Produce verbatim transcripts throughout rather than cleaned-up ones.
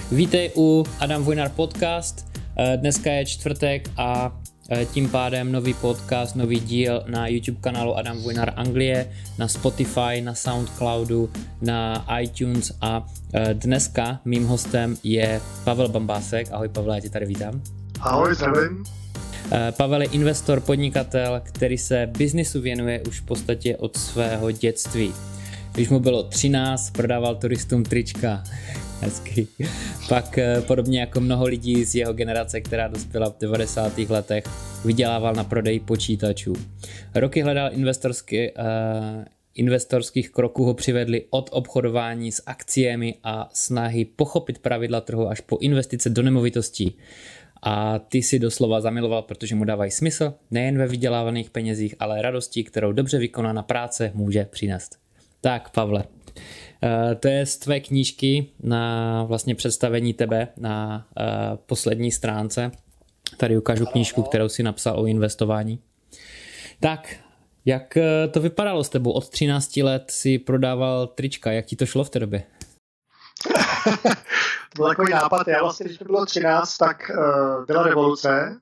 Vítej u Adam Vojnar podcast. Dneska je čtvrtek a tím pádem nový podcast, nový díl na YouTube kanálu Adam Vojnar Anglie, na Spotify, na Soundcloudu, na iTunes a dneska mým hostem je Pavel Bambásek. Ahoj Pavle, já tě tady vítám. Ahoj, zdravím. Pavel je investor, podnikatel, který se biznisu věnuje už v podstatě od svého dětství. Když mu bylo třináct, prodával turistům trička. Hezky. Pak podobně jako mnoho lidí z jeho generace, která dospěla v devadesátých letech, vydělával na prodeji počítačů. Roky hledal investorský, uh, investorských kroků ho přivedli od obchodování s akciemi a snahy pochopit pravidla trhu až po investice do nemovitostí. A ty si doslova zamiloval, protože mu dávají smysl nejen ve vydělávaných penězích, ale radosti, kterou dobře vykonaná práce může přinést. Tak Pavle, to je z tvé knížky na vlastně představení tebe na poslední stránce. Tady ukážu knížku, kterou si napsal o investování. Tak, jak to vypadalo s tebou? Od třinácti let si prodával trička, jak ti to šlo v té době? To byl takový nápad. Já vlastně, když mi bylo třináct, tak uh, byla revoluce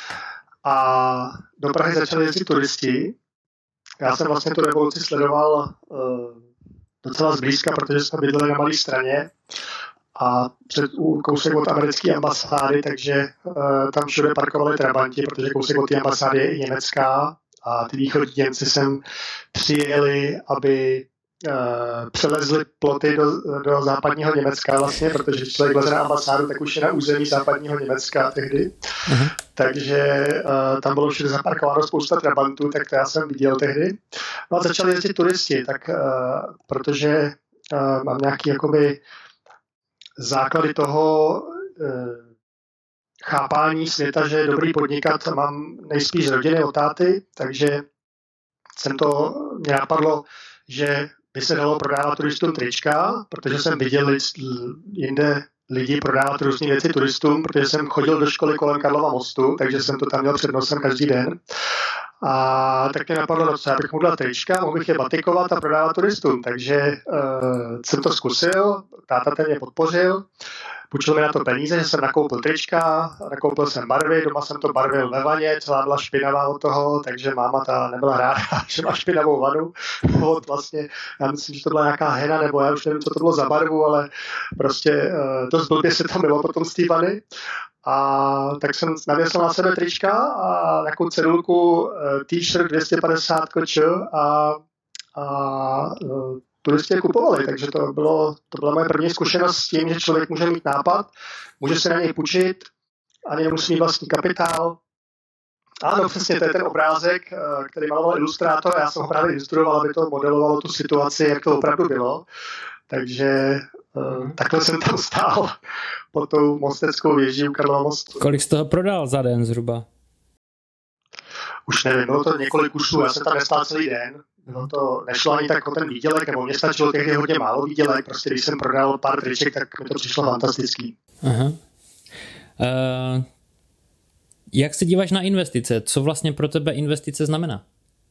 a do Prahy začali jezdit turisti. Já jsem vlastně tu revoluci sledoval uh, docela zblízka, protože jsme bydleli na malé straně a před, u, kousek od americké ambasády, takže uh, tam všude parkovali trabanti, protože kousek od té ambasády je i německá a ty východní Němci sem přijeli, aby Uh, přelezli ploty do, do západního Německa vlastně, protože člověk leze na ambasádu, tak už je na území západního Německa tehdy. Uh-huh. Takže uh, tam bylo všude zaparkováno spousta trabantů, tak to já jsem viděl tehdy. No a začali jezdit turisti, tak uh, protože uh, mám nějaký jakoby základy toho uh, chápání světa, že je dobrý podnikat, mám nejspíš z rodiny od táty, takže jsem to, mě napadlo, že by se dalo prodávat turistům trička, protože jsem viděl jinde lidi prodávat různé věci turistům, protože jsem chodil do školy kolem Karlova mostu, takže jsem to tam měl před nosem každý den. A tak mě napadlo, no co, já bych mohl dát trička, mohl bych je batikovat a prodávat turistům, takže uh, jsem to zkusil, táta ten mě podpořil, půjčil mi na to peníze, že jsem nakoupil trička, nakoupil jsem barvy, doma jsem to barvil ve vaně, celá byla špinavá od toho, takže máma ta nebyla ráda, že má špinavou vanu. Od vlastně, já myslím, že to byla nějaká hena, nebo já už nevím, co to bylo za barvu, ale prostě uh, dost blbě se to bylo potom z té vany. A tak jsem navěsil na sebe trička a nějakou cedulku uh, t-shirt dvě stě padesát koč a, a uh, turisti je kupovali, takže to, bylo, to byla moje první zkušenost s tím, že člověk může mít nápad, může se na něj půjčit, ani nemusí mít vlastní kapitál. Ano, přesně, to je ten obrázek, který maloval ilustrátor, já jsem ho právě instruoval, aby to modelovalo tu situaci, jak to opravdu bylo. Takže uh, takhle jsem tam stál pod tou mosteckou věží u Karlova mostu. Kolik jsi toho prodal za den zhruba? Už nevím, bylo to několik kusů, já jsem tam nestál celý den. No to nešlo ani tak o ten výdělek, nebo mě stačilo tehdy hodně málo výdělek, prostě když jsem prodal pár triček, tak mi to přišlo fantastický. Aha. Uh, jak se díváš na investice? Co vlastně pro tebe investice znamená?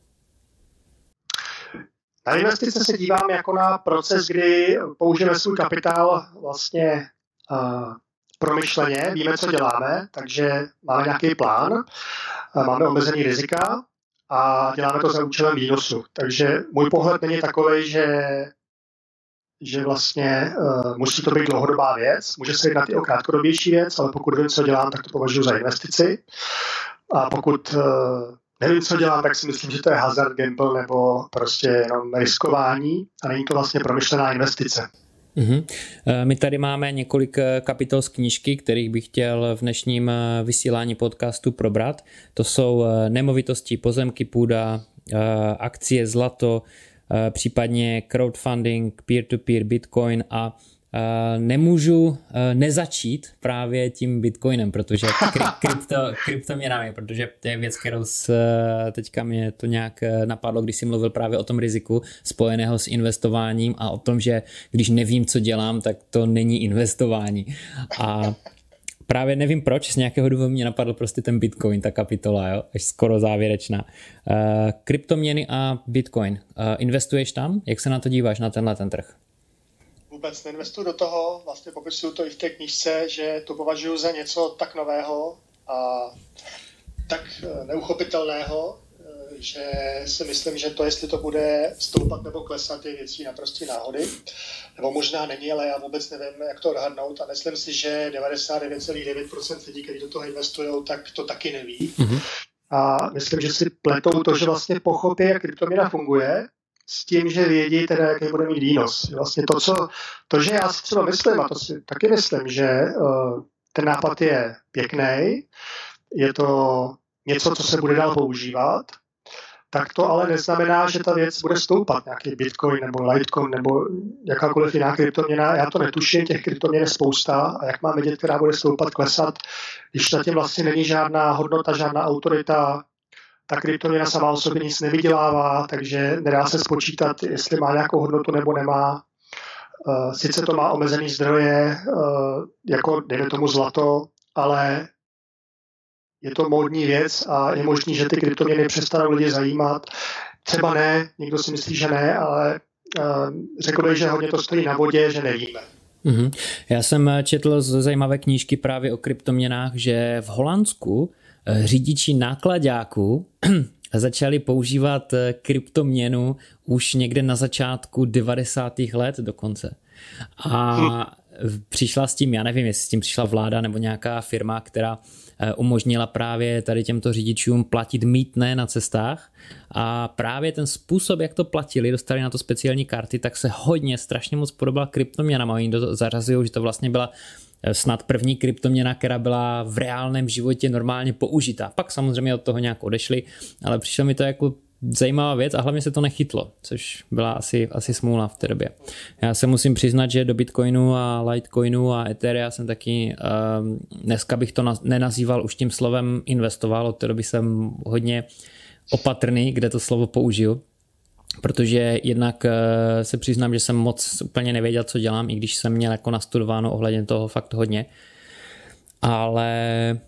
Na investice se dívám jako na proces, kdy použijeme svůj kapitál vlastně uh, promyšleně, víme, co děláme, takže máme nějaký plán, uh, máme omezený rizika, a děláme to za účelem výnosu. Takže můj pohled není takovej, že, že vlastně uh, musí to být dlouhodobá věc. Může se jednat i o krátkodobější věc, ale pokud vím, co dělám, tak to považuji za investici. A pokud uh, nevím, co dělám, tak si myslím, že to je hazard, gamble nebo prostě jenom riskování a není to vlastně promyšlená investice. Uhum. My tady máme několik kapitol z knížky, kterých bych chtěl v dnešním vysílání podcastu probrat. To jsou nemovitosti, pozemky, půda, akcie, zlato, případně crowdfunding, peer-to-peer, bitcoin a nemůžu nezačít právě tím bitcoinem, protože krypto, kryptoměnami, protože to je věc, kterou s, teďka mě to nějak napadlo, když jsi mluvil právě o tom riziku spojeného s investováním a o tom, že když nevím, co dělám, tak to není investování. A právě nevím proč, z nějakého důvodu mě napadl prostě ten bitcoin, ta kapitola, jo, až skoro závěrečná. Kryptoměny a bitcoin. Investuješ tam? Jak se na to díváš, na tenhle ten trh? vůbec neinvestuju do toho, vlastně popisuju to i v té knížce, že to považuji za něco tak nového a tak neuchopitelného, že si myslím, že to, jestli to bude stoupat nebo klesat, je věcí naprostý náhody. Nebo možná není, ale já vůbec nevím, jak to odhadnout a myslím si, že devadesát devět celá devět procent lidí, kteří do toho investují, tak to taky neví. Mm-hmm. A myslím, že si pletou to, že vlastně pochopí, jak kryptoměna funguje, s tím, že vědí teda, jaký bude mít výnos. Vlastně to, co, to, že já si třeba myslím, a to si taky myslím, že uh, ten nápad je pěkný, je to něco, co se bude dál používat, tak to ale neznamená, že ta věc bude stoupat, nějaký Bitcoin nebo Litecoin nebo jakákoliv jiná kryptoměna. Já to netuším, těch kryptoměn je spousta a jak mám vědět, která bude stoupat, klesat, když na tím vlastně není žádná hodnota, žádná autorita, ta kryptoměna sama o sobě nic nevydělává, takže nedá se spočítat, jestli má nějakou hodnotu nebo nemá. Sice to má omezený zdroje, jako dejme tomu zlato, ale je to módní věc a je možný, že ty kryptoměny přestanou lidi zajímat. Třeba ne, někdo si myslí, že ne, ale uh, řekl bych, že hodně to stojí na vodě, že nevíme. Mm-hmm. Já jsem četl z zajímavé knížky právě o kryptoměnách, že v Holandsku řidiči nákladáků začali používat kryptoměnu už někde na začátku devadesátých let dokonce. A hm. přišla s tím, já nevím, jestli s tím přišla vláda nebo nějaká firma, která umožnila právě tady těmto řidičům platit mýtné na cestách a právě ten způsob, jak to platili, dostali na to speciální karty, tak se hodně strašně moc podobala kryptoměnám a oni to zařazují, že to vlastně byla snad první kryptoměna, která byla v reálném životě normálně použitá. Pak samozřejmě od toho nějak odešli, ale přišlo mi to jako zajímavá věc a hlavně se to nechytlo, což byla asi, asi smůla v té době. Já se musím přiznat, že do Bitcoinu a Litecoinu a Etherea jsem taky, uh, dneska bych to na, nenazýval už tím slovem investoval, od té doby jsem hodně opatrný, kde to slovo použiju, protože jednak uh, se přiznám, že jsem moc úplně nevěděl, co dělám, i když jsem měl jako nastudováno ohledně toho fakt hodně, ale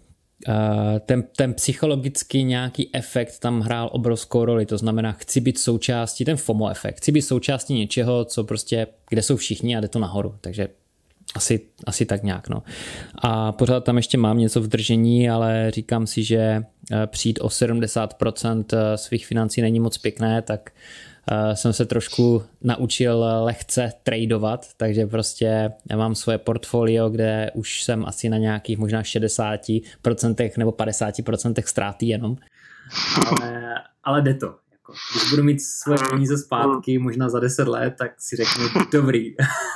Ten, ten psychologický nějaký efekt tam hrál obrovskou roli, to znamená, chci být součástí, ten FOMO efekt, chci být součástí něčeho, co prostě, kde jsou všichni a jde to nahoru, takže asi, asi tak nějak, no. A pořád tam ještě mám něco v držení, ale říkám si, že přijít o sedmdesát procent svých financí není moc pěkné, tak jsem se trošku naučil lehce tradovat, takže prostě já mám svoje portfolio, kde už jsem asi na nějakých možná šedesát procent nebo padesát procent ztráty jenom. Ale, ale jde to. Jako, když budu mít svoje peníze zpátky možná za deset let, tak si řeknu dobrý.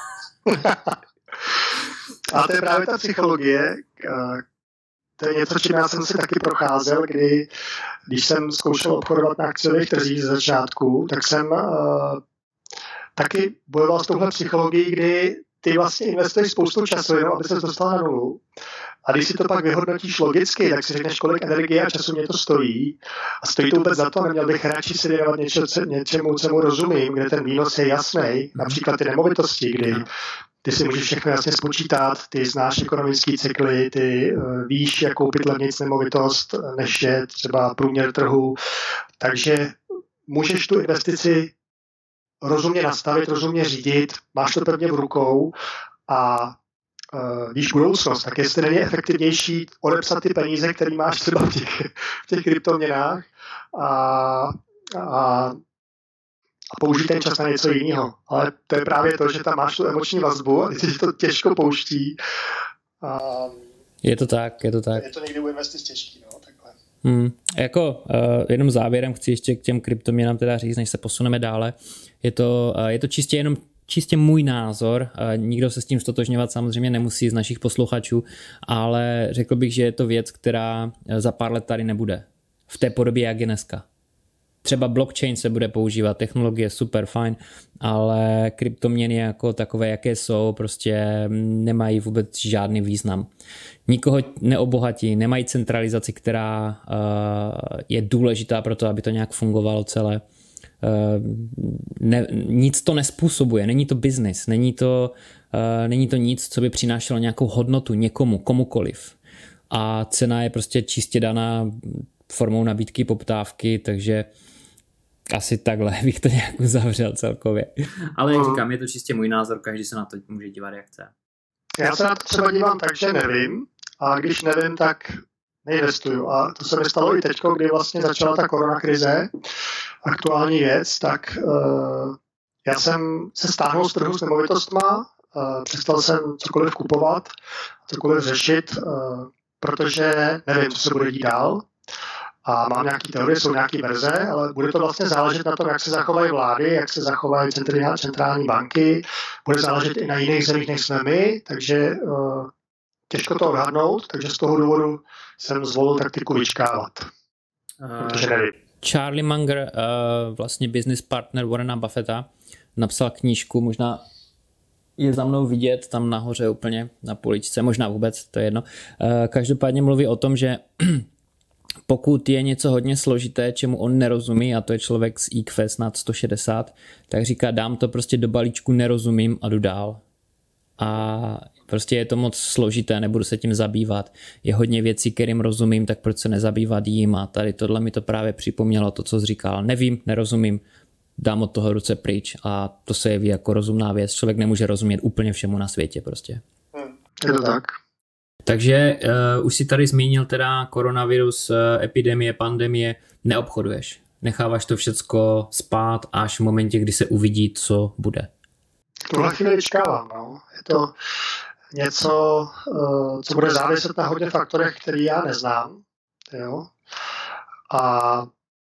A to je právě ta psychologie. To je něco, čím já jsem si taky procházel, kdy, když jsem zkoušel obchodovat na akciových trzích ze začátku, tak jsem uh, taky bojoval s touhle psychologií, kdy ty vlastně investuješ spoustu času, jenom aby se dostal na nulu. A když si to pak vyhodnotíš logicky, tak si řekneš, kolik energie a času mě to stojí. A stojí to vůbec za to, neměl bych radši si věnovat něčemu, něčemu, čemu rozumím, kde ten výnos je jasný, například ty nemovitosti, kdy ty si můžeš všechno jasně spočítat, ty znáš ekonomický cykly, ty uh, víš, jak koupit levnější nemovitost, než je třeba průměr trhu. Takže můžeš tu investici rozumně nastavit, rozumně řídit, máš to pevně v rukou a uh, víš budoucnost. Tak jestli není efektivnější odepsat ty peníze, které máš třeba v těch, v těch kryptoměnách a, a a použít ten čas na něco jiného. Ale to je právě to, že tam máš tu emoční vazbu a ty to těžko pouští. A je to tak, je to tak. Je to někdy u investic těžký, no, takhle. Hmm. Jako uh, jenom závěrem chci ještě k těm kryptoměnám teda říct, než se posuneme dále. Je to, uh, je to čistě jenom čistě můj názor, uh, nikdo se s tím stotožňovat samozřejmě nemusí z našich posluchačů, ale řekl bych, že je to věc, která za pár let tady nebude. V té podobě, jak je dneska. Třeba blockchain se bude používat, technologie super fajn, ale kryptoměny jako takové, jaké jsou, prostě nemají vůbec žádný význam. Nikoho neobohatí, nemají centralizaci, která uh, je důležitá pro to, aby to nějak fungovalo celé. Uh, ne, nic to nespůsobuje, není to business, není to, uh, není to nic, co by přinášelo nějakou hodnotu někomu, komukoliv. A cena je prostě čistě daná formou nabídky, poptávky, takže Asi takhle bych to nějak uzavřel celkově. Ale jak říkám, je to čistě můj názor, každý se na to může dívat, jak chce. Já se na to třeba dívám tak, že nevím, a když nevím, tak neinvestuju. A to se mi stalo i teď, kdy vlastně začala ta koronakrize, aktuální věc, tak uh, já jsem se stáhnul z trhu s nemovitostma, uh, přestal jsem cokoliv kupovat, cokoliv řešit, uh, protože nevím, co se bude dít dál. A mám nějaké teorie, jsou nějaké verze, ale bude to vlastně záležet na tom, jak se zachovají vlády, jak se zachovají centrální, centrální banky, bude záležet i na jiných zemích, než jsme my, takže uh, těžko to odhadnout, takže z toho důvodu jsem zvolil taktiku vyčkávat, uh, protože nevím. Charlie Munger, uh, vlastně business partner Warrena Buffetta, napsal knížku, možná je za mnou vidět, tam nahoře úplně na poličce, možná vůbec, to je jedno. Uh, každopádně mluví o tom, že pokud je něco hodně složité, čemu on nerozumí, a to je člověk s í kvé snad sto šedesát, tak říká, dám to prostě do balíčku, nerozumím a jdu dál. A prostě je to moc složité, nebudu se tím zabývat. Je hodně věcí, kterým rozumím, tak proč se nezabývat jím? A tady tohle mi to právě připomnělo, to, co jsi říkal. Nevím, nerozumím, dám od toho ruce pryč a to se jeví jako rozumná věc. Člověk nemůže rozumět úplně všemu na světě prostě. Je to tak. Takže uh, už si tady zmínil teda koronavirus, uh, epidemie, pandemie, neobchoduješ. Necháváš to všecko spát až v momentě, kdy se uvidí, co bude. Tuhle chvíli vyčkávám. No. Je to něco, uh, co bude záviset na hodně faktorech, který já neznám. Jo? A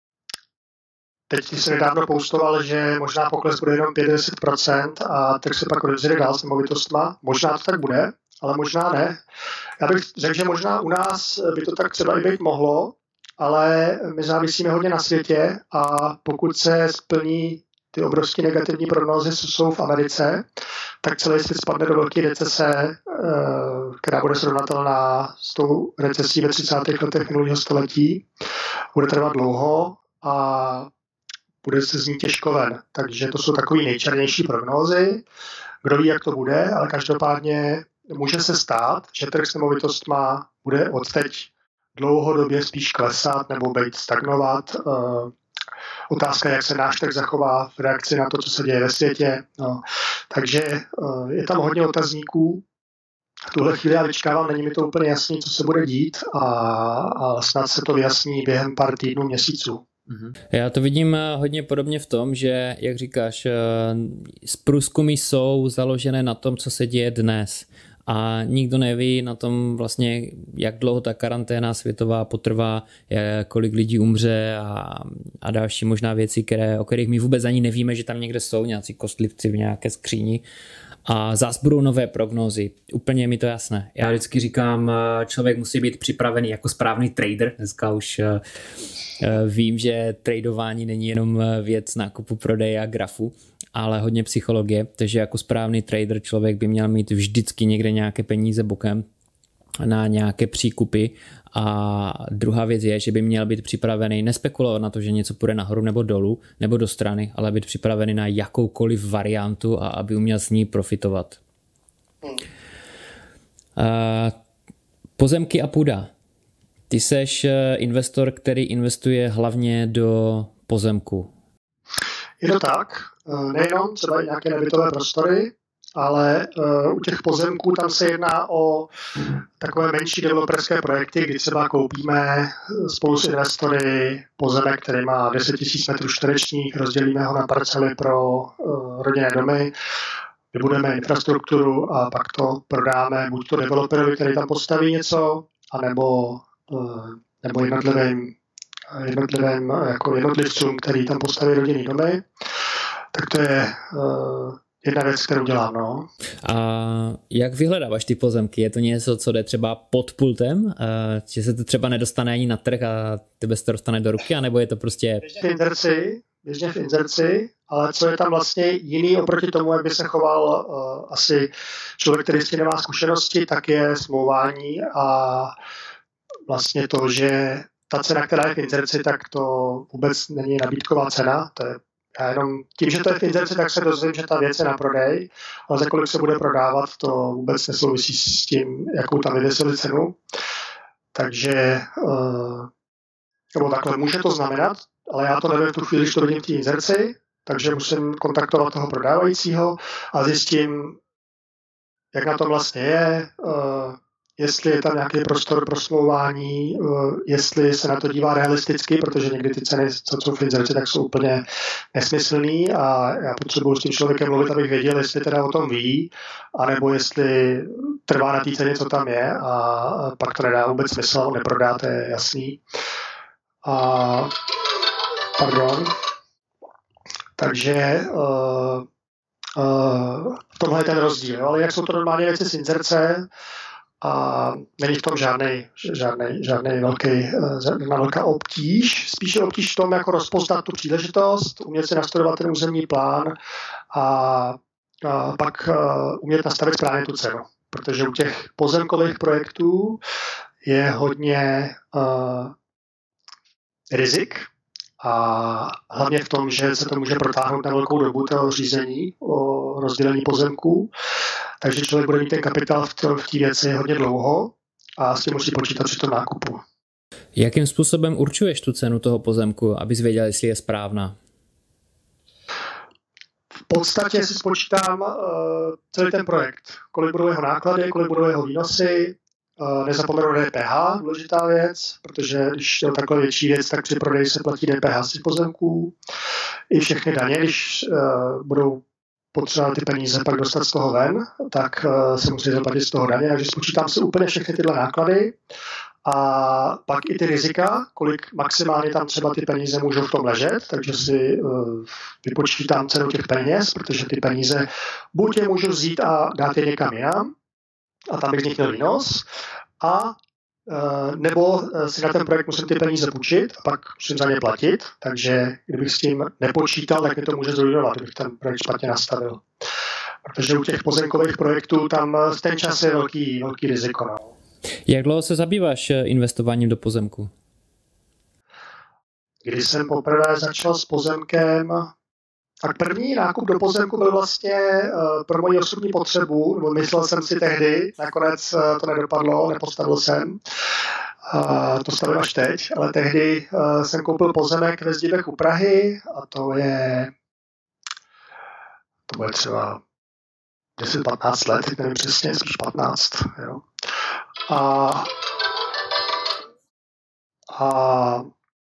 teď ty se nedávno poustoval, že možná pokles bude jenom pět až deset procent a tak se pak rozjede dál s nemovitostma. Možná to tak bude, ale možná ne. Já bych řekl, že možná u nás by to tak třeba i být mohlo, ale my závisíme hodně na světě a pokud se splní ty obrovské negativní prognózy, co jsou v Americe, tak celý svět spadne do velké recese, která bude srovnatelná s tou recesí ve třicátých letech minulého století. Bude trvat dlouho a bude se z ní těžko ven. Takže to jsou takové nejčernější prognózy. Kdo ví, jak to bude, ale každopádně může se stát, že trh s nemovitostma bude odteď dlouhodobě spíš klesat nebo být stagnovat. Uh, otázka, jak se náš trh zachová v reakci na to, co se děje ve světě. No. Takže uh, je tam hodně otazníků. V tuhle chvíli já vyčkávám, není mi to úplně jasný, co se bude dít a, a snad se to vyjasní během pár týdnů, měsíců. Já to vidím hodně podobně v tom, že, jak říkáš, průzkumy jsou založené na tom, co se děje dnes. A nikdo neví na tom vlastně, jak dlouho ta karanténa světová potrvá, kolik lidí umře a, a další možná věci, které, o kterých my vůbec ani nevíme, že tam někde jsou nějací kostlivci v nějaké skříni. A zás budou nové prognózy. Úplně je mi to jasné. Já vždycky říkám, člověk musí být připravený jako správný trader. Dneska už vím, že tradování není jenom věc nákupu, prodeje a grafu, ale hodně psychologie. Takže jako správný trader člověk by měl mít vždycky někde nějaké peníze bokem na nějaké příkupy. A druhá věc je, že by měl být připravený nespekulovat na to, že něco půjde nahoru nebo dolů, nebo do strany, ale být připravený na jakoukoliv variantu a aby uměl s ní profitovat. Hmm. A pozemky a půda. Ty seš investor, který investuje hlavně do pozemku. Je to tak. Nejenom třeba i nějaké nebytové prostory, ale uh, u těch pozemků tam se jedná o takové menší developerské projekty, kdy třeba koupíme spolu s investory pozemek, který má deset tisíc metrů čtverečních, rozdělíme ho na parcely pro uh, rodinné domy, vybudeme infrastrukturu a pak to prodáme buď to developerovi, který tam postaví něco, anebo, uh, nebo jednotlivým, jednotlivým jako jednotlivcům, který tam postaví rodinné domy. Tak to je uh, jedna věc, kterou dělám, no. A jak vyhledáváš ty pozemky? Je to něco, co jde třeba pod pultem? Že se to třeba nedostane ani na trh a tebe se to dostane do ruky? Anebo je to prostě... Běžně v inzerci, běžně v inzerci, ale co je tam vlastně jiný oproti tomu, jak by se choval uh, asi člověk, který s tím nemá zkušenosti, tak je smlouvání a vlastně to, že ta cena, která je v inzerci, tak to vůbec není nabídková cena, to je Já jenom tím, že to je v inzerci, tak se dozvím, že ta věc je na prodej, ale za kolik se bude prodávat, to vůbec nesouvisí s tím, jakou tam vyvěsili cenu. Takže, nebo takhle, může to znamenat, ale já to nevím v tu chvíli, když to vidím v té inzerci, takže musím kontaktovat toho prodávajícího a zjistím, jak na tom vlastně je, jestli je tam nějaký prostor pro smlouvání, jestli se na to dívá realisticky, protože někdy ty ceny, co jsou v inzerci, tak jsou úplně nesmyslný a já potřebuji s tím člověkem mluvit, abych věděl, jestli teda o tom ví, anebo jestli trvá na té ceně, co tam je a pak to nedá vůbec smysl, neprodá, to je jasný. A, pardon. Takže uh, uh, v tomhle je ten rozdíl, jo? Ale jak jsou to normálně věci z inzerce, a není v tom žádný, žádný, žádný velký, žádná velká obtíž. Spíše obtíž v tom, jako rozpoznat tu příležitost, umět si nastudovat ten územní plán a, a pak umět nastavit správně tu cenu. Protože u těch pozemkových projektů je hodně uh, rizik a hlavně v tom, že se to může protáhnout na velkou dobu toho řízení o rozdělení pozemků. Takže člověk bude mít ten kapitál v té věci hodně dlouho a s tím musí počítat při tom nákupu. Jakým způsobem určuješ tu cenu toho pozemku, abys věděl, jestli je správná? V podstatě si spočítám uh, celý ten projekt. Kolik budou jeho náklady, kolik budou jeho výnosy. Uh, nezapomenu D P H, důležitá věc, protože když je takhle větší věc, tak při prodeji se platí D P H z těch pozemků. I všechny daně, když uh, budou potřeba ty peníze pak dostat z toho ven, tak uh, se musí zaplatit z toho daně, takže spočítám si úplně všechny tyhle náklady a pak i ty rizika, kolik maximálně tam třeba ty peníze můžou v tom ležet, takže si uh, vypočítám cenu těch peněz, protože ty peníze buď je můžu vzít a dát je někam jinam a tam bych z nich měl výnos, a Uh, nebo si na ten projekt musím ty peníze půjčit a pak musím za ně platit, takže kdybych s tím nepočítal, tak mi to může zrujnovat, kdybych ten projekt špatně nastavil. Protože u těch pozemkových projektů tam ten čas je velký, velký riziko. No. Jak dlouho se zabýváš investováním do pozemku? Když jsem poprvé začal s pozemkem, tak první nákup do pozemku byl vlastně uh, pro moji osobní potřebu, nebo myslel jsem si tehdy, nakonec uh, to nedopadlo, nepostavil jsem, uh, to stavím až teď, ale tehdy uh, jsem koupil pozemek ve Zdibech u Prahy a to je, to bude třeba deset patnáct let, teď nevím přesně, spíš patnáct, jo. A, a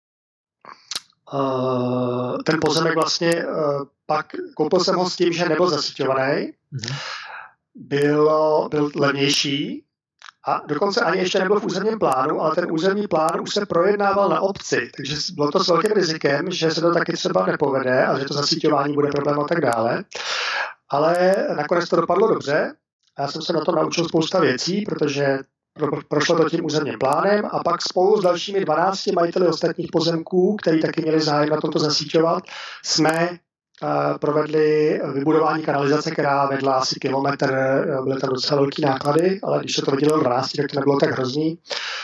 Uh, ten pozemek vlastně uh, pak koupil jsem ho s tím, že nebyl zasíťovaný, mm-hmm. byl, byl levnější a dokonce ani ještě nebyl v územním plánu, ale ten územní plán už se projednával na obci, takže bylo to s velkým rizikem, že se to taky třeba nepovede a že to zasíťování bude problém a tak dále. Ale nakonec to dopadlo dobře. Já jsem se na to naučil spousta věcí, protože prošlo to tím územním plánem a pak spolu s dalšími dvanácti majiteli ostatních pozemků, kteří taky měli zájem na tomto zasíťovat, jsme uh, provedli vybudování kanalizace, která vedla asi kilometr, byly tam docela velký náklady, ale když se to vidělo dvanáct, tak to nebylo tak hrozný.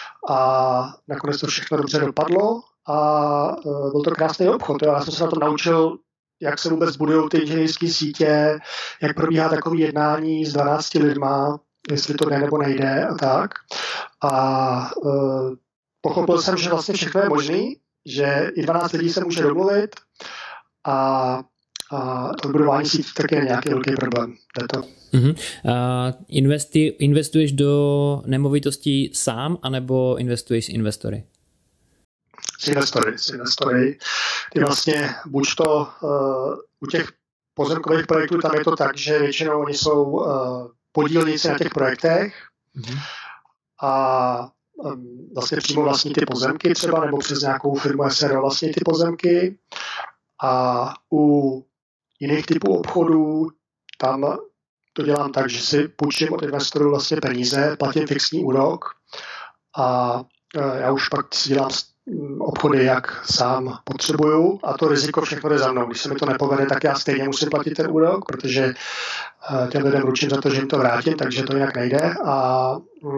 A nakonec to všechno dobře dopadlo a uh, byl to krásný obchod. Já jsem se na to naučil, jak se vůbec budují ty inženýrské sítě, jak probíhá takové jednání s dvanácti lidma, jestli to jde nebo nejde a tak. A uh, pochopil jsem, že vlastně všechno je možný, že i dvanáct lidí se může domluvit a, a to budování sítí taky je nějaký velký problém. Jde to. Uh-huh. Uh, investi, investuješ do nemovitostí sám, anebo investuješ s investory? S investory, s investory. Ty vlastně buď to uh, u těch pozemkových projektů, tam je to tak, že většinou oni jsou uh, podílníci na těch projektech mm-hmm. a um, vlastně přímo vlastní ty pozemky třeba, nebo přes nějakou firmu S R O vlastní ty pozemky. A u jiných typů obchodů tam to dělám tak, že si půjčím od investorů vlastně peníze, platím fixní úrok a uh, já už pak si dělám obchody, jak sám potřebuju a to riziko všechno jde za mnou. Když se mi to nepovede, tak já stejně musím platit ten úrok, protože těm lidem ručím za to, že jim to vrátím, takže to jinak nejde a,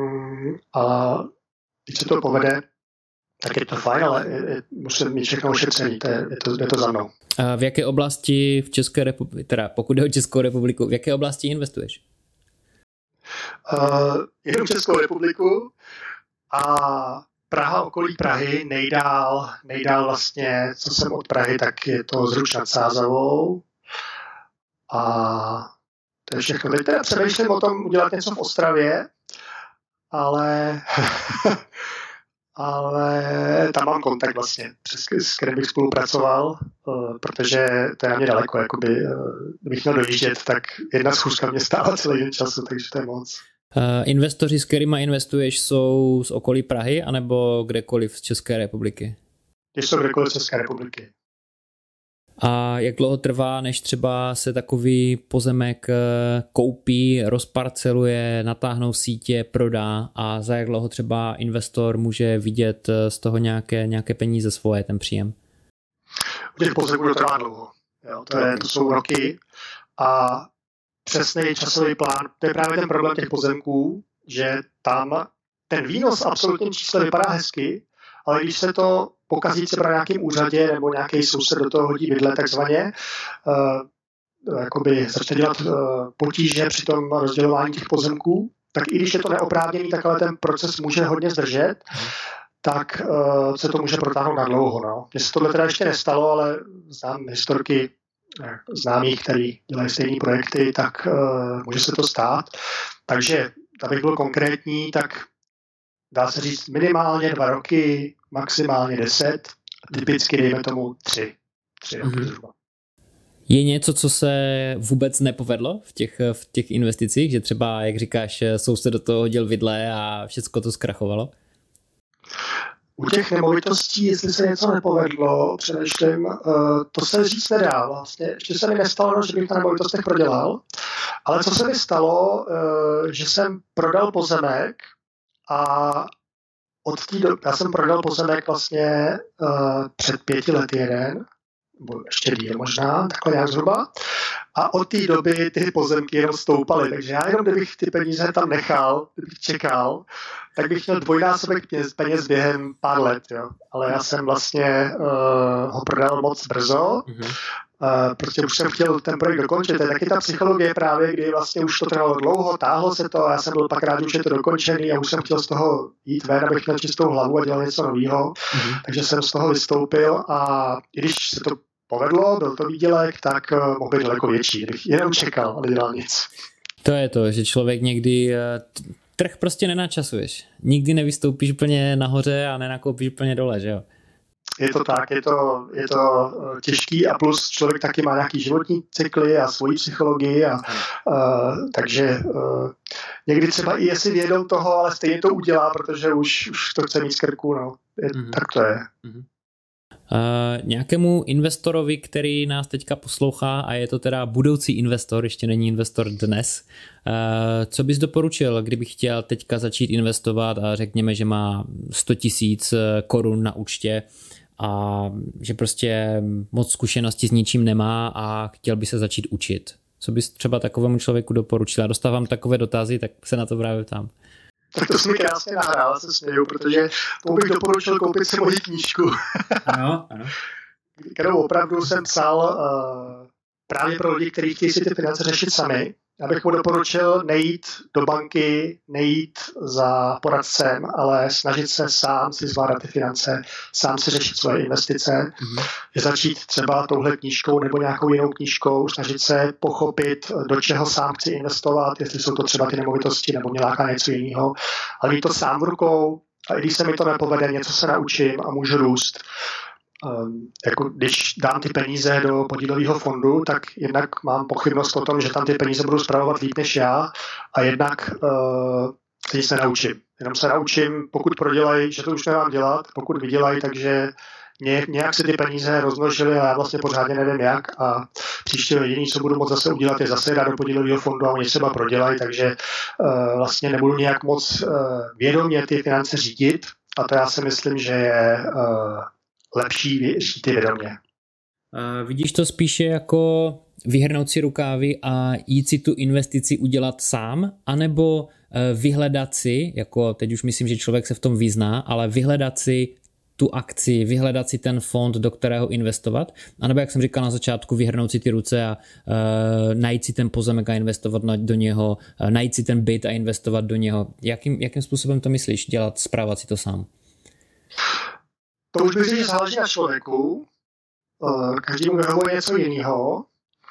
a když se to povede, tak je to fajn, ale musím mít všechno ošetření, to je, je, to, je to za mnou. A v jaké oblasti v České republice, teda pokud jde o Českou republiku, v jaké oblasti investuješ? Uh, jenom Českou republiku a Praha, okolí Prahy, nejdál, nejdál vlastně, co jsem od Prahy, tak je to Zruč nad Sázavou. A to je všechno. Teď teda přemýšlím o tom udělat něco v Ostravě, ale, ale tam mám kontakt vlastně, přes, s kterým bych spolupracoval, protože to je na mě daleko, jakoby, kdybych měl dojíždět, tak jedna schůzka mě stála celý den času, takže to je moc. Uh, investoři, s kterými investuješ, jsou z okolí Prahy, anebo kdekoliv z České republiky? Když jsou kdekoliv z České republiky. A jak dlouho trvá, než třeba se takový pozemek koupí, rozparceluje, natáhnou sítě, prodá a za jak dlouho třeba investor může vidět z toho nějaké, nějaké peníze svoje, ten příjem? U těch pozemků to trvá dlouho. Jo, to, je, to jsou roky a přesný časový plán, to je právě ten problém těch pozemků, že tam ten výnos absolutně čísle vypadá hezky, ale když se to pokazí třeba na nějakém úřadě nebo nějaký soused do toho hodí vidle takzvaně, uh, jakoby začne dělat uh, potíže při tom rozdělování těch pozemků, tak i když je to neoprávněný, tak ale ten proces může hodně zdržet, tak uh, se to může protáhnout na dlouho. No. Mně se tohle teda ještě nestalo, ale znám historky známých, který dělají stejné projekty, tak uh, může se to stát. Takže, abych byl konkrétní, tak dá se říct minimálně dva roky, maximálně deset, typicky dejme tomu tři. Tři roky mm-hmm. zhruba. Je něco, co se vůbec nepovedlo v těch, v těch investicích, že třeba, jak říkáš, soused do toho hodil vidle a všechno to zkrachovalo? U těch nemovitostí, jestli se něco nepovedlo, přemýšlím, to se říct nedá. Vlastně. Ještě se mi nestalo, že bych na nemovitostech prodělal, ale co se mi stalo, že jsem prodal pozemek a od té doby, já jsem prodal pozemek vlastně před pěti lety jeden, nebo ještě díl možná, takhle nějak zhruba. A od té doby ty pozemky jenom stoupaly, takže já jenom kdybych ty peníze tam nechal, kdybych čekal, tak bych měl dvojnásobek peněz, peněz během pár let, jo. Ale já jsem vlastně uh, ho prodal moc brzo, mm-hmm. uh, protože už jsem chtěl ten projekt dokončit. To je taky ta psychologie právě, kdy vlastně už to trvalo dlouho, táhlo se to a já jsem byl pak rád, že už je to dokončený a už jsem chtěl z toho jít ven, abych měl čistou hlavu a dělal něco nového. Mm-hmm. Takže jsem z toho vystoupil a i když se to povedlo, byl to výdělek, tak uh, mohl být daleko větší. Bych jenom čekal a nedělal nic. To je to, že člověk někdy... Uh, trh prostě nenačasuješ. Nikdy nevystoupíš úplně nahoře a nenakoupíš úplně dole, že jo? Je to tak, je to, je to těžký a plus člověk taky má nějaký životní cykly a svoji psychologii a uh, takže uh, někdy třeba i je si vědom toho, ale stejně to udělá, protože už, už to chce mít z krku, no. Je, mm-hmm. Tak to je. Mm-hmm. Uh, nějakému investorovi, který nás teďka poslouchá a je to teda budoucí investor, ještě není investor dnes, uh, co bys doporučil, kdyby chtěl teďka začít investovat a řekněme, že má sto tisíc korun na účtě a že prostě moc zkušenosti s ničím nemá a chtěl by se začít učit. Co bys třeba takovému člověku doporučil? Já dostávám takové dotazy, tak se na to právě ptám. Tak to jsem mi krásně nahrál, se směju, protože tomu bych doporučil koupit si moji knížku. Ano, ano. Kterou opravdu jsem psal uh, právě pro lidi, kteří chtějí si ty finance řešit sami. Já bych mu doporučil nejít do banky, nejít za poradcem, ale snažit se sám si zvládat ty finance, sám si řešit svoje investice, mm-hmm. začít třeba touhle knížkou nebo nějakou jinou knížkou, snažit se pochopit, do čeho sám chci investovat, jestli jsou to třeba ty nemovitosti nebo mě láká něco jiného, ale mít to sám v rukou a i když se mi to nepovede, něco se naučím a můžu růst. Um, jako když dám ty peníze do podílového fondu, tak jednak mám pochybnost o tom, že tam ty peníze budou spravovat líp než já a jednak uh, se nic nenaučím. Jenom se naučím, pokud prodělají, že to už nemám dělat, pokud vydělají, takže nějak si ty peníze rozmnožili a já vlastně pořádně nevím jak a příště jediný, co budu moc zase udělat, je zase dát do podílového fondu a oni třeba prodělají, takže uh, vlastně nebudu nějak moc uh, vědomě ty finance řídit a to já si myslím, že je uh, lepší říct ty vědomě. Uh, vidíš to spíše jako vyhrnout si rukávy a jít si tu investici udělat sám, anebo uh, vyhledat si, jako teď už myslím, že člověk se v tom vyzná, ale vyhledat si tu akci, vyhledat si ten fond, do kterého investovat, anebo jak jsem říkal na začátku, vyhrnout si ty ruce a uh, najít si ten pozemek a investovat do něho, uh, najít si ten byt a investovat do něho. Jakým, jakým způsobem to myslíš, dělat, správat si to sám? to už bych řekl, že záleží na člověku. Každému vyhovuje něco jiného.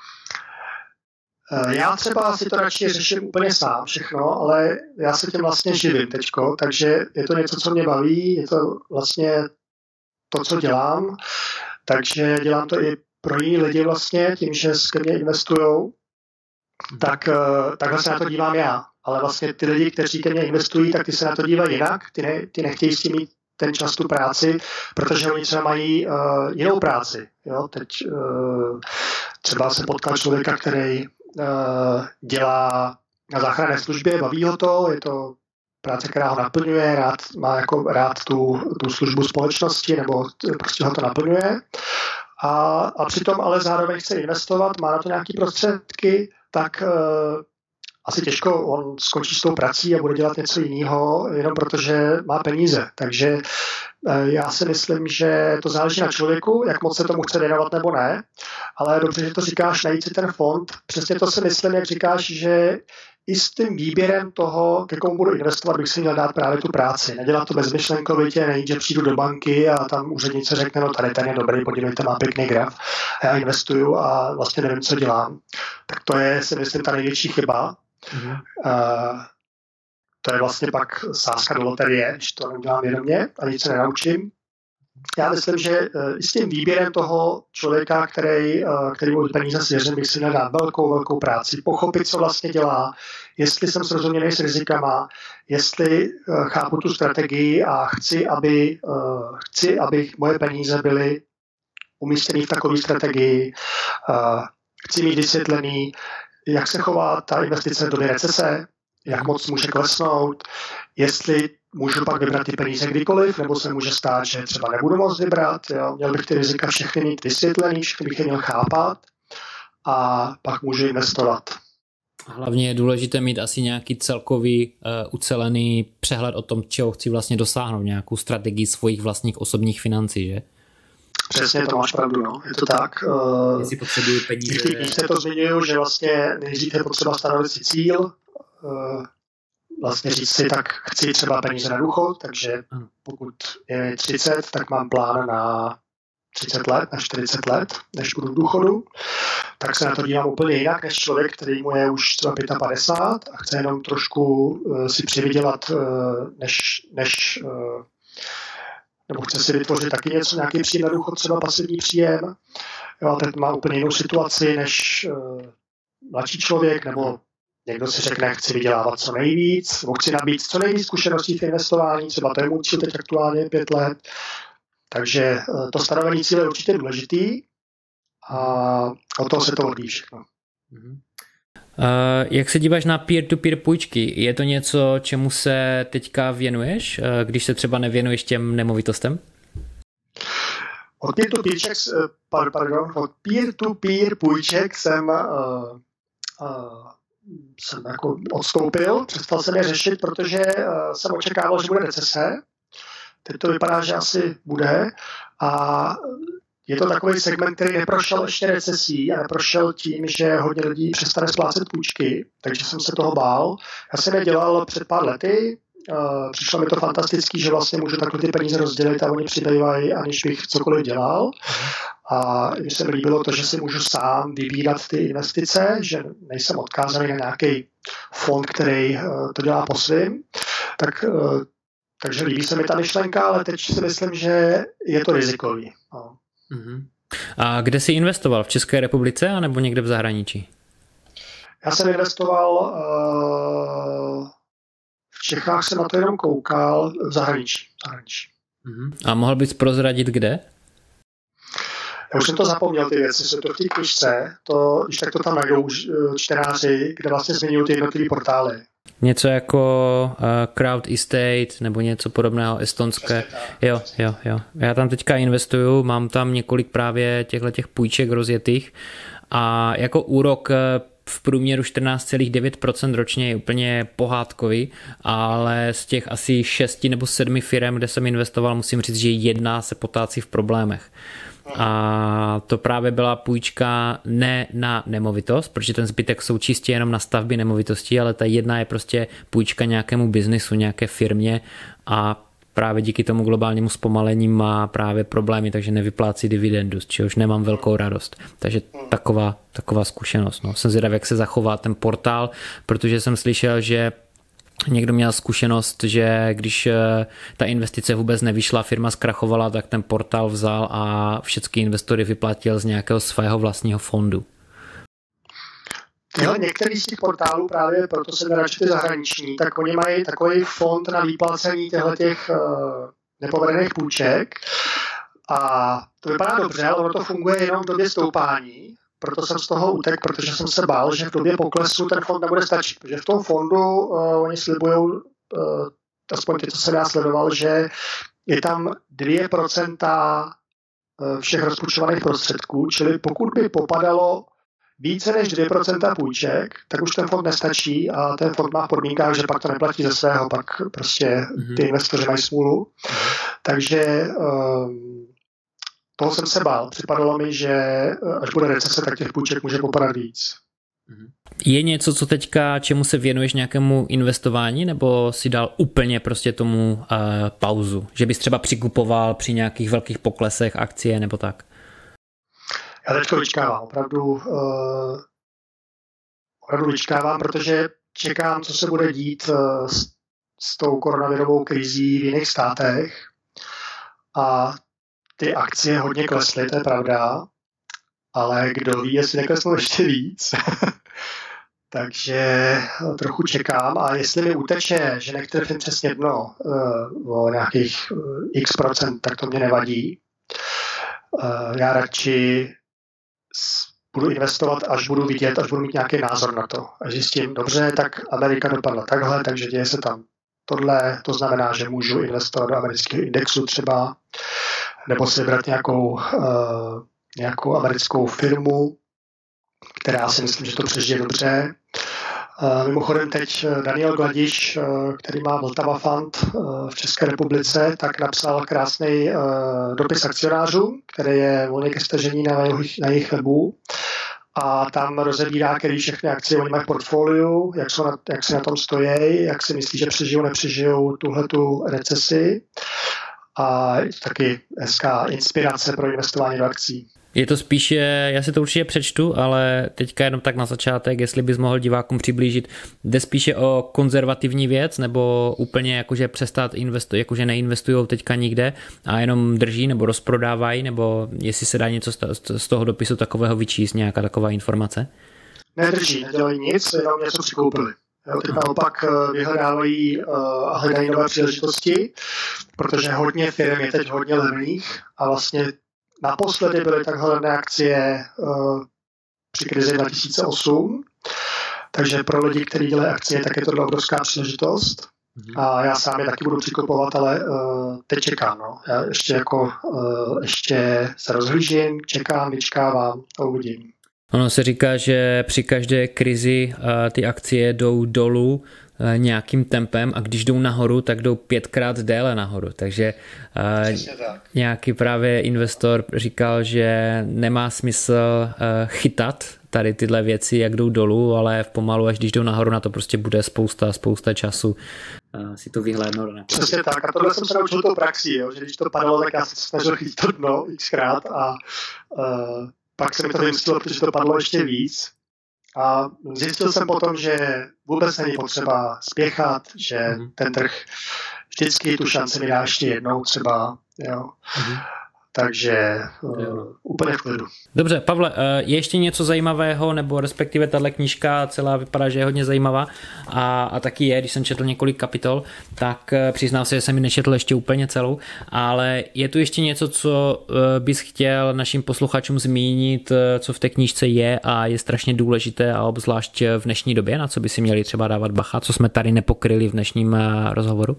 Já třeba si to radši řeším úplně sám všechno, ale já se tím vlastně živím teďko, takže je to něco, co mě baví, je to vlastně to, co dělám, takže dělám to i pro jiný lidi vlastně, tím, že ke mně investujou, tak takhle se na to dívám já. Ale vlastně ty lidi, kteří ke mně investují, tak ty se na to dívají jinak, ty, ne, ty nechtějí s tím mít ten čas tu práci, protože oni třeba mají uh, jinou práci. Jo? Teď uh, třeba se potkal člověka, který uh, dělá na záchranné službě, baví ho to, je to práce, která ho naplňuje, rád, má jako rád tu, tu službu společnosti, nebo prostě ho to naplňuje. A, a přitom ale zároveň chce investovat, má na to nějaké prostředky, tak uh, asi těžko on skončí s tou prací a bude dělat něco jiného, jenom protože má peníze. Takže já si myslím, že to záleží na člověku, jak moc se tomu chce věnovat nebo ne, ale dobře, že to říkáš, najít si ten fond. Přesně to si myslím, jak říkáš, že i s tím výběrem toho, ke komu budu investovat, bych si měl dát právě tu práci. Nedělat to bezmyšlenkovitě, nejít, že přijdu do banky a tam úřednice řekne, no tady ten je dobrý, podívejte, má pěkný graf. A já investuju a vlastně nevím, co dělám. Tak to je, si myslím, ta největší chyba. Mm-hmm. Uh, to je vlastně pak sázka do loterie, když to neudělám vědomě a nic se nenaučím. Já myslím, že uh, i s tím výběrem toho člověka, který, uh, který mu peníze svěřím, bych si měl dát velkou, velkou práci, pochopit, co vlastně dělá, jestli jsem srozuměný s rizikama, jestli uh, chápu tu strategii a chci, aby, uh, chci, aby moje peníze byly umístěny v takové strategii, uh, chci mít vysvětlený, jak se chová ta investice v době recese, jak moc může klesnout, jestli můžu pak vybrat ty peníze kdykoliv, nebo se může stát, že třeba nebudu moct vybrat. Jo. Měl bych ty rizika všechny mít vysvětlený, všechny bych je měl chápat a pak můžu investovat. Hlavně je důležité mít asi nějaký celkový uh, ucelený přehled o tom, čeho chci vlastně dosáhnout, nějakou strategii svých vlastních osobních financí, že? Přesně, to máš pravdu, no. Je to tak. Uh, Jestli potřebuji peníze. V těch se to zmiňuju, že vlastně nejdřív je potřeba stanovit si cíl, uh, vlastně říct si, tak chci třeba peníze na důchod, takže pokud je třicet, tak mám plán na třicet let, na čtyřicet let, než budu v důchodu, tak se na to dívám úplně jinak, než člověk, který mu je už třeba padesát pět a chce jenom trošku uh, si přivydělat, uh, než, než uh, nebo chce si vytvořit taky něco, nějaký příjem na důchod, třeba pasivní příjem. Jo, teď má úplně jinou situaci než uh, mladší člověk, nebo někdo si řekne, chci vydělávat co nejvíc, nebo chci nabít co nejvíc zkušeností v investování, třeba to je můj cíl teď aktuálně pět let. Takže uh, to stanovení cíle je určitě důležitý a od toho se to odvíjí všechno. Mm-hmm. Uh, jak se díváš na peer-to-peer půjčky? Je to něco, čemu se teďka věnuješ, uh, když se třeba nevěnuješ těm nemovitostem? Od peer-to-peer, pardon, od peer-to-peer půjček jsem, uh, uh, jsem jako odstoupil, přestal jsem je řešit, protože uh, jsem očekával, že bude recese. Teď to vypadá, že asi bude a je to takový segment, který neprošel ještě recesí a neprošel tím, že hodně lidí přestane splácet půjčky, takže jsem se toho bál. Já jsem je dělal před pár lety, uh, přišlo mi to fantastický, že vlastně můžu takhle ty peníze rozdělit a oni přibývají, aniž bych cokoliv dělal. A mně se mi líbilo to, že si můžu sám vybírat ty investice, že nejsem odkázaný na nějaký fond, který uh, to dělá po svým. Tak, uh, takže líbí se mi ta myšlenka, ale teď si myslím, že je to rizikový. No. Uhum. A kde jsi investoval? V České republice anebo někde v zahraničí? Já jsem investoval uh, v Čechách, jsem na to jenom koukal, v zahraničí. V zahraničí. Uhum. A mohl bys prozradit kde? Já už jsem to zapomněl, ty věci, jsou to v té knižce, to, když tak to tam najdou čtenáři, kde vlastně zmiňují ty jednotlivé portály. Něco jako uh, Crowd Estate nebo něco podobného estonské. Jo, jo, jo. Já tam teďka investuju, mám tam několik právě těchto těch půjček rozjetých a jako úrok v průměru čtrnáct celá devět procenta ročně je úplně pohádkový, ale z těch asi šesti nebo sedmi firem, kde jsem investoval, musím říct, že jedna se potácí v problémech. A to právě byla půjčka ne na nemovitost, protože ten zbytek jsou čistě jenom na stavby nemovitostí, ale ta jedna je prostě půjčka nějakému biznisu, nějaké firmě a právě díky tomu globálnímu zpomalení má právě problémy, takže nevyplácí dividendu, z čehož nemám velkou radost. Takže taková, taková zkušenost. No. Jsem zvědav, jak se zachová ten portál, protože jsem slyšel, že někdo měl zkušenost, že když ta investice vůbec nevyšla, firma zkrachovala, tak ten portál vzal a všechny investory vyplatil z nějakého svého vlastního fondu. Tyhle některý z těch portálů, právě proto se radši ty zahraniční, tak oni mají takový fond na výplacení těchto těch uh, nepovedených půjček a to vypadá dobře, ale ono to funguje jenom v době stoupání, proto jsem z toho utek, protože jsem se bál, že v době poklesu ten fond nebude stačit, protože v tom fondu uh, oni slibujou, uh, aspoň ty, co jsem já sledoval, že je tam dvě procenta všech rozpůjčovaných prostředků, čili pokud by popadalo více než dvě procenta půjček, tak už ten fond nestačí a ten fond má v podmínkách, že pak to neplatí ze svého, pak prostě ty investoři mají smůlu. Takže um, toho jsem se bál. Připadalo mi, že až bude recese, tak těch půjček může popadat víc. Je něco, co teďka, čemu se věnuješ, nějakému investování, nebo si dal úplně prostě tomu uh, pauzu? Že bys třeba přikupoval při nějakých velkých poklesech akcie nebo tak? Já teďka vyčkávám, opravdu, uh, opravdu vyčkávám, protože čekám, co se bude dít uh, s, s tou koronavirovou krizí v jiných státech a ty akcie hodně klesly, to je pravda, ale kdo ví, jestli neklesnou ještě víc. Takže trochu čekám a jestli mi uteče, že netrefím přesně dno uh, o nějakých uh, x procent, tak to mě nevadí. Uh, já radši budu investovat, až budu vidět, až budu mít nějaký názor na to. A zjistím, dobře, tak Amerika dopadla takhle, takže děje se tam tohle, to znamená, že můžu investovat do amerického indexu třeba, nebo si vybrat nějakou, uh, nějakou americkou firmu, která si myslím, že to přežije dobře. Uh, mimochodem teď Daniel Gladiš, uh, který má Vltava Fund uh, v České republice, tak napsal krásný uh, dopis akcionářů, který je volně ke stažení na jejich, na jejich webu. A tam rozebírá, který všechny akcie oni mají v portfoliu, jak, jsou na, jak si na tom stojí, jak si myslí, že přežijou, nepřežijou tuhletu recesi. A je to taky hezká inspirace pro investování do akcí. Je to spíše, já si to určitě přečtu, ale teďka jenom tak na začátek, jestli bys mohl divákům přiblížit, jde spíše o konzervativní věc, nebo úplně jakože přestat investovat, jakože neinvestují teďka nikde a jenom drží nebo rozprodávají, nebo jestli se dá něco z toho dopisu takového vyčíst, nějaká taková informace? Nedrží, nedělají nic, jenom něco přikoupili. Jo, teď naopak vyhledávají a hledají nové příležitosti, protože hodně firm je teď hodně levných a vlastně naposledy byly takhle akcie uh, při krizi dva tisíce osm, takže pro lidi, kteří dělají akcie, tak je to obrovská příležitost. Mm-hmm. A já sám je taky budu přikupovat, ale uh, teď čekám. No. Já ještě, jako, uh, ještě se rozhlížím, čekám, vyčkávám a uvidím. Ono se říká, že při každé krizi uh, ty akcie jdou dolů uh, nějakým tempem a když jdou nahoru, tak jdou pětkrát déle nahoru. Takže uh, nějaký právě investor říkal, že nemá smysl uh, chytat tady tyhle věci, jak jdou dolů, ale v pomalu, až když jdou nahoru, na to prostě bude spousta, spousta času uh, si to vyhlédnout. Přesně tak. A tohle jsem se naučil tou praxí, jo? Že když to padalo, tak já jsem se snažil chytit to dno xkrát a uh, pak se mi to vymstilo, protože to padlo ještě víc. A zjistil jsem potom, že vůbec není potřeba spěchat, že mm-hmm. ten trh vždycky tu šanci mi dá ještě jednou třeba. Jo. Mm-hmm. Takže uh, úplně v klidu. Dobře, Pavle, je ještě něco zajímavého, nebo respektive tahle knížka celá vypadá, že je hodně zajímavá a, a taky je, když jsem četl několik kapitol, tak přiznám se, že jsem ji nečetl ještě úplně celou, ale je tu ještě něco, co bys chtěl našim posluchačům zmínit, co v té knížce je a je strašně důležité a obzvlášť v dnešní době, na co by si měli třeba dávat bacha, co jsme tady nepokryli v dnešním rozhovoru?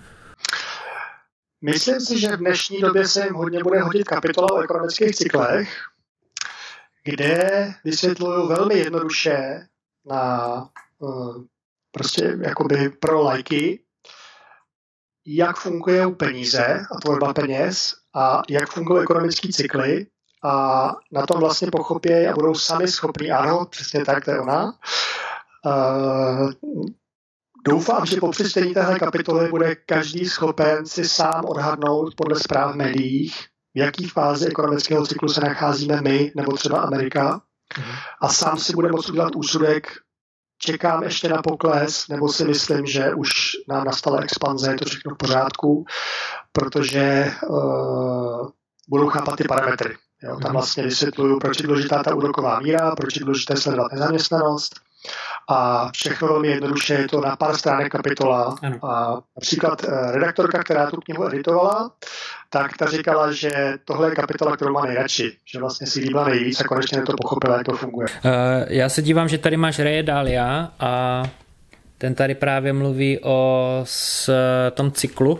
Myslím si, že v dnešní době se jim hodně bude hodit kapitola o ekonomických cyklech, kde vysvětluju velmi jednoduše na uh, prostě jakoby pro lajky, jak fungují peníze a tvorba peněz a jak fungují ekonomické cykly a na tom vlastně pochopí a budou sami schopní, ano, přesně tak, to je ona, uh, Doufám, že po přečtení téhle kapitoly bude každý schopen si sám odhadnout podle zpráv v médiích, v jaký fázi ekonomického cyklu se nacházíme my nebo třeba Amerika a sám si bude moct udělat úsudek, čekám ještě na pokles, nebo si myslím, že už nám nastala expanze, je to všechno v pořádku, protože uh, budou chápat ty parametry. Jo, tam vlastně vysvětluju, proč je důležitá ta úroková míra, proč je důležité sledovat nezaměstnanost a všechno velmi jednoduše, je to na pár stránek kapitola. Ano. A například redaktorka, která tu knihu editovala, tak ta říkala, že tohle je kapitola, kterou má nejradši, že vlastně si líbila nejvíc a konečně to pochopila, jak to funguje. Uh, já se dívám, že tady máš Raye Dalia a ten tady právě mluví o s, tom cyklu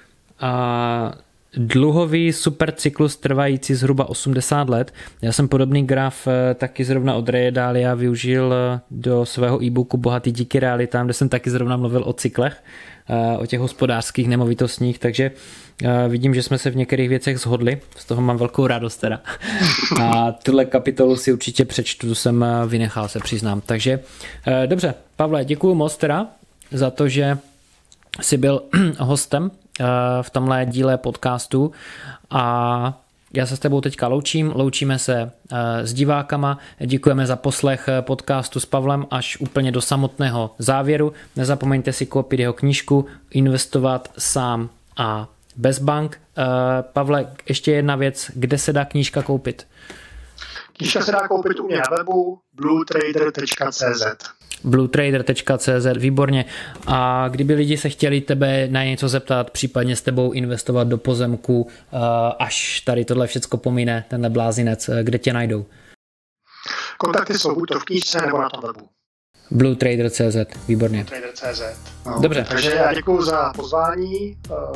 a dluhový supercyklus trvající zhruba osmdesát let. Já jsem podobný graf taky zrovna od Raye Dalia využil do svého e-booku Bohatý díky realitám, kde jsem taky zrovna mluvil o cyklech, o těch hospodářských nemovitostních, takže vidím, že jsme se v některých věcech shodli, z toho mám velkou radost teda. A tuhle kapitolu si určitě přečtu, tu jsem vynechal, se přiznám. Takže dobře, Pavle, děkuju moc teda za to, že jsi byl hostem v tomhle díle podcastu a já se s tebou teďka loučím, loučíme se s divákama, děkujeme za poslech podcastu s Pavlem až úplně do samotného závěru. Nezapomeňte si koupit jeho knížku Investovat sám a bez bank. Pavle, ještě jedna věc, kde se dá knížka koupit? Knížka se dá koupit u mě na webu blue trader tečka cé zet. blue trader tečka cé zet, výborně. A kdyby lidi se chtěli tebe na něco zeptat, případně s tebou investovat do pozemku, až tady tohle všecko pomine, tenhle blázinec, kde tě najdou? Kontakty jsou buď to v knížce, nebo na tom webu. blue trader tečka cé zet, výborně. blue trader tečka cé zet. No, dobře. Takže já děkuji za pozvání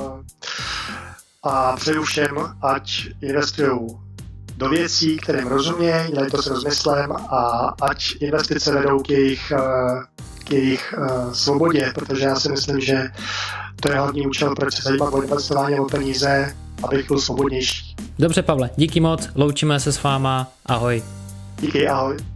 a přeju všem, ať investujou do věcí, kterým rozumějí, dělají to s rozmyslem a ať investice vedou k jejich, k jejich uh, svobodě, protože já si myslím, že to je hlavní účel, proč se zajímat o investování o peníze, abych byl svobodnější. Dobře, Pavle, díky moc, loučíme se s váma, ahoj. Díky, ahoj.